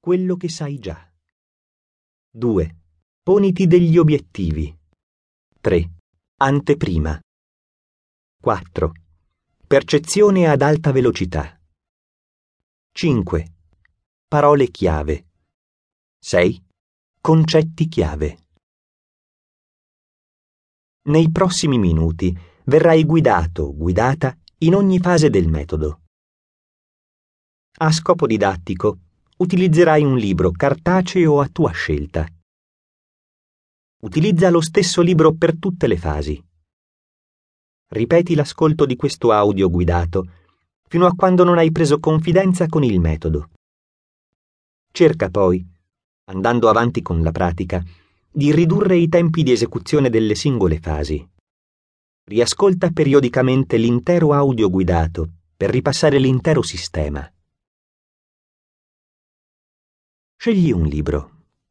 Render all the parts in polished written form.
quello che sai già. 2. Poniti degli obiettivi. 3. Anteprima. 4. Percezione ad alta velocità. 5. Parole chiave. 6. Concetti chiave. Nei prossimi minuti verrai guidato, guidata in ogni fase del metodo. A scopo didattico, utilizzerai un libro cartaceo a tua scelta. Utilizza lo stesso libro per tutte le fasi. Ripeti l'ascolto di questo audio guidato fino a quando non hai preso confidenza con il metodo. Cerca poi, andando avanti con la pratica, di ridurre i tempi di esecuzione delle singole fasi. Riascolta periodicamente l'intero audio guidato per ripassare l'intero sistema. Scegli un libro.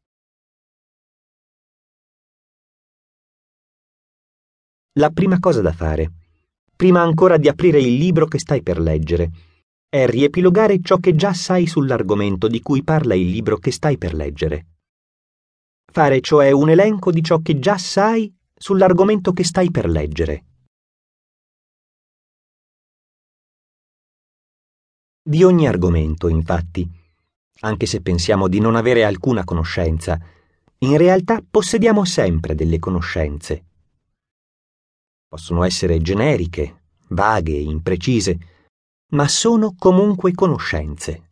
La prima cosa da fare, prima ancora di aprire il libro che stai per leggere, è riepilogare ciò che già sai sull'argomento di cui parla il libro che stai per leggere. Fare cioè un elenco di ciò che già sai sull'argomento che stai per leggere. Di ogni argomento, infatti, anche se pensiamo di non avere alcuna conoscenza, in realtà possediamo sempre delle conoscenze. Possono essere generiche, vaghe, imprecise, ma sono comunque conoscenze.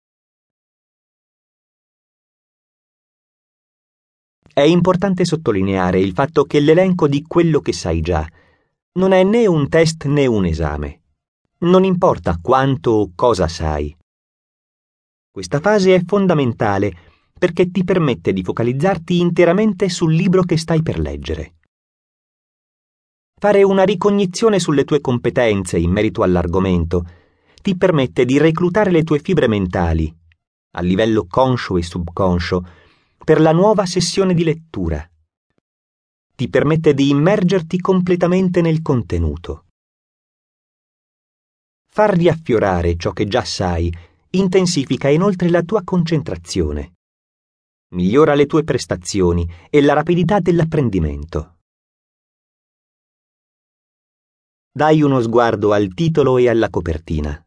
È importante sottolineare il fatto che l'elenco di quello che sai già non è né un test né un esame. Non importa quanto o cosa sai. Questa fase è fondamentale perché ti permette di focalizzarti interamente sul libro che stai per leggere. Fare una ricognizione sulle tue competenze in merito all'argomento ti permette di reclutare le tue fibre mentali, a livello conscio e subconscio, per la nuova sessione di lettura. Ti permette di immergerti completamente nel contenuto. Far riaffiorare ciò che già sai intensifica inoltre la tua concentrazione, migliora le tue prestazioni e la rapidità dell'apprendimento. Dai uno sguardo al titolo e alla copertina.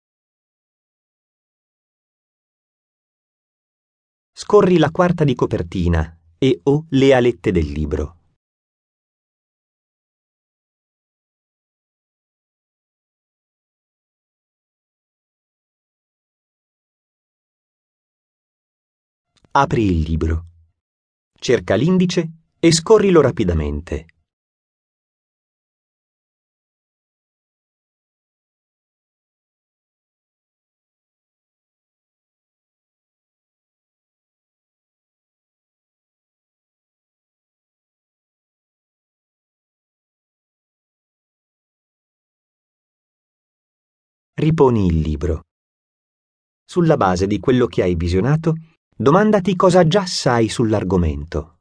Scorri la quarta di copertina e o le alette del libro. Apri il libro. Cerca l'indice e scorrilo rapidamente. Riponi il libro. Sulla base di quello che hai visionato, domandati cosa già sai sull'argomento.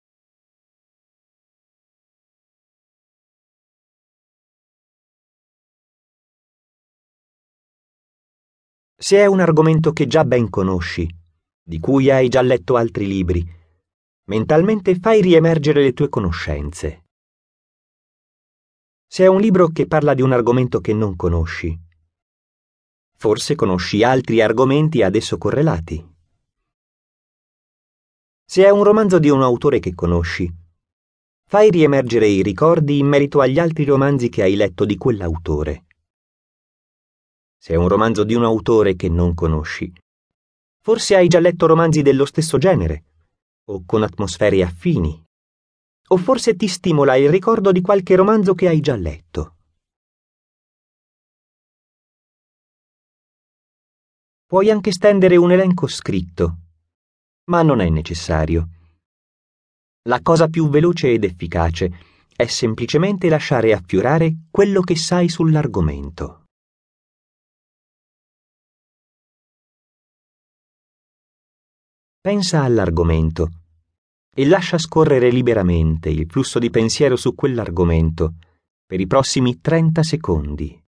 Se è un argomento che già ben conosci, di cui hai già letto altri libri, mentalmente fai riemergere le tue conoscenze. Se è un libro che parla di un argomento che non conosci, forse conosci altri argomenti ad esso correlati. Se è un romanzo di un autore che conosci, fai riemergere i ricordi in merito agli altri romanzi che hai letto di quell'autore. Se è un romanzo di un autore che non conosci, forse hai già letto romanzi dello stesso genere, o con atmosfere affini, o forse ti stimola il ricordo di qualche romanzo che hai già letto. Puoi anche stendere un elenco scritto, ma non è necessario. La cosa più veloce ed efficace è semplicemente lasciare affiorare quello che sai sull'argomento. Pensa all'argomento e lascia scorrere liberamente il flusso di pensiero su quell'argomento per i prossimi 30 secondi.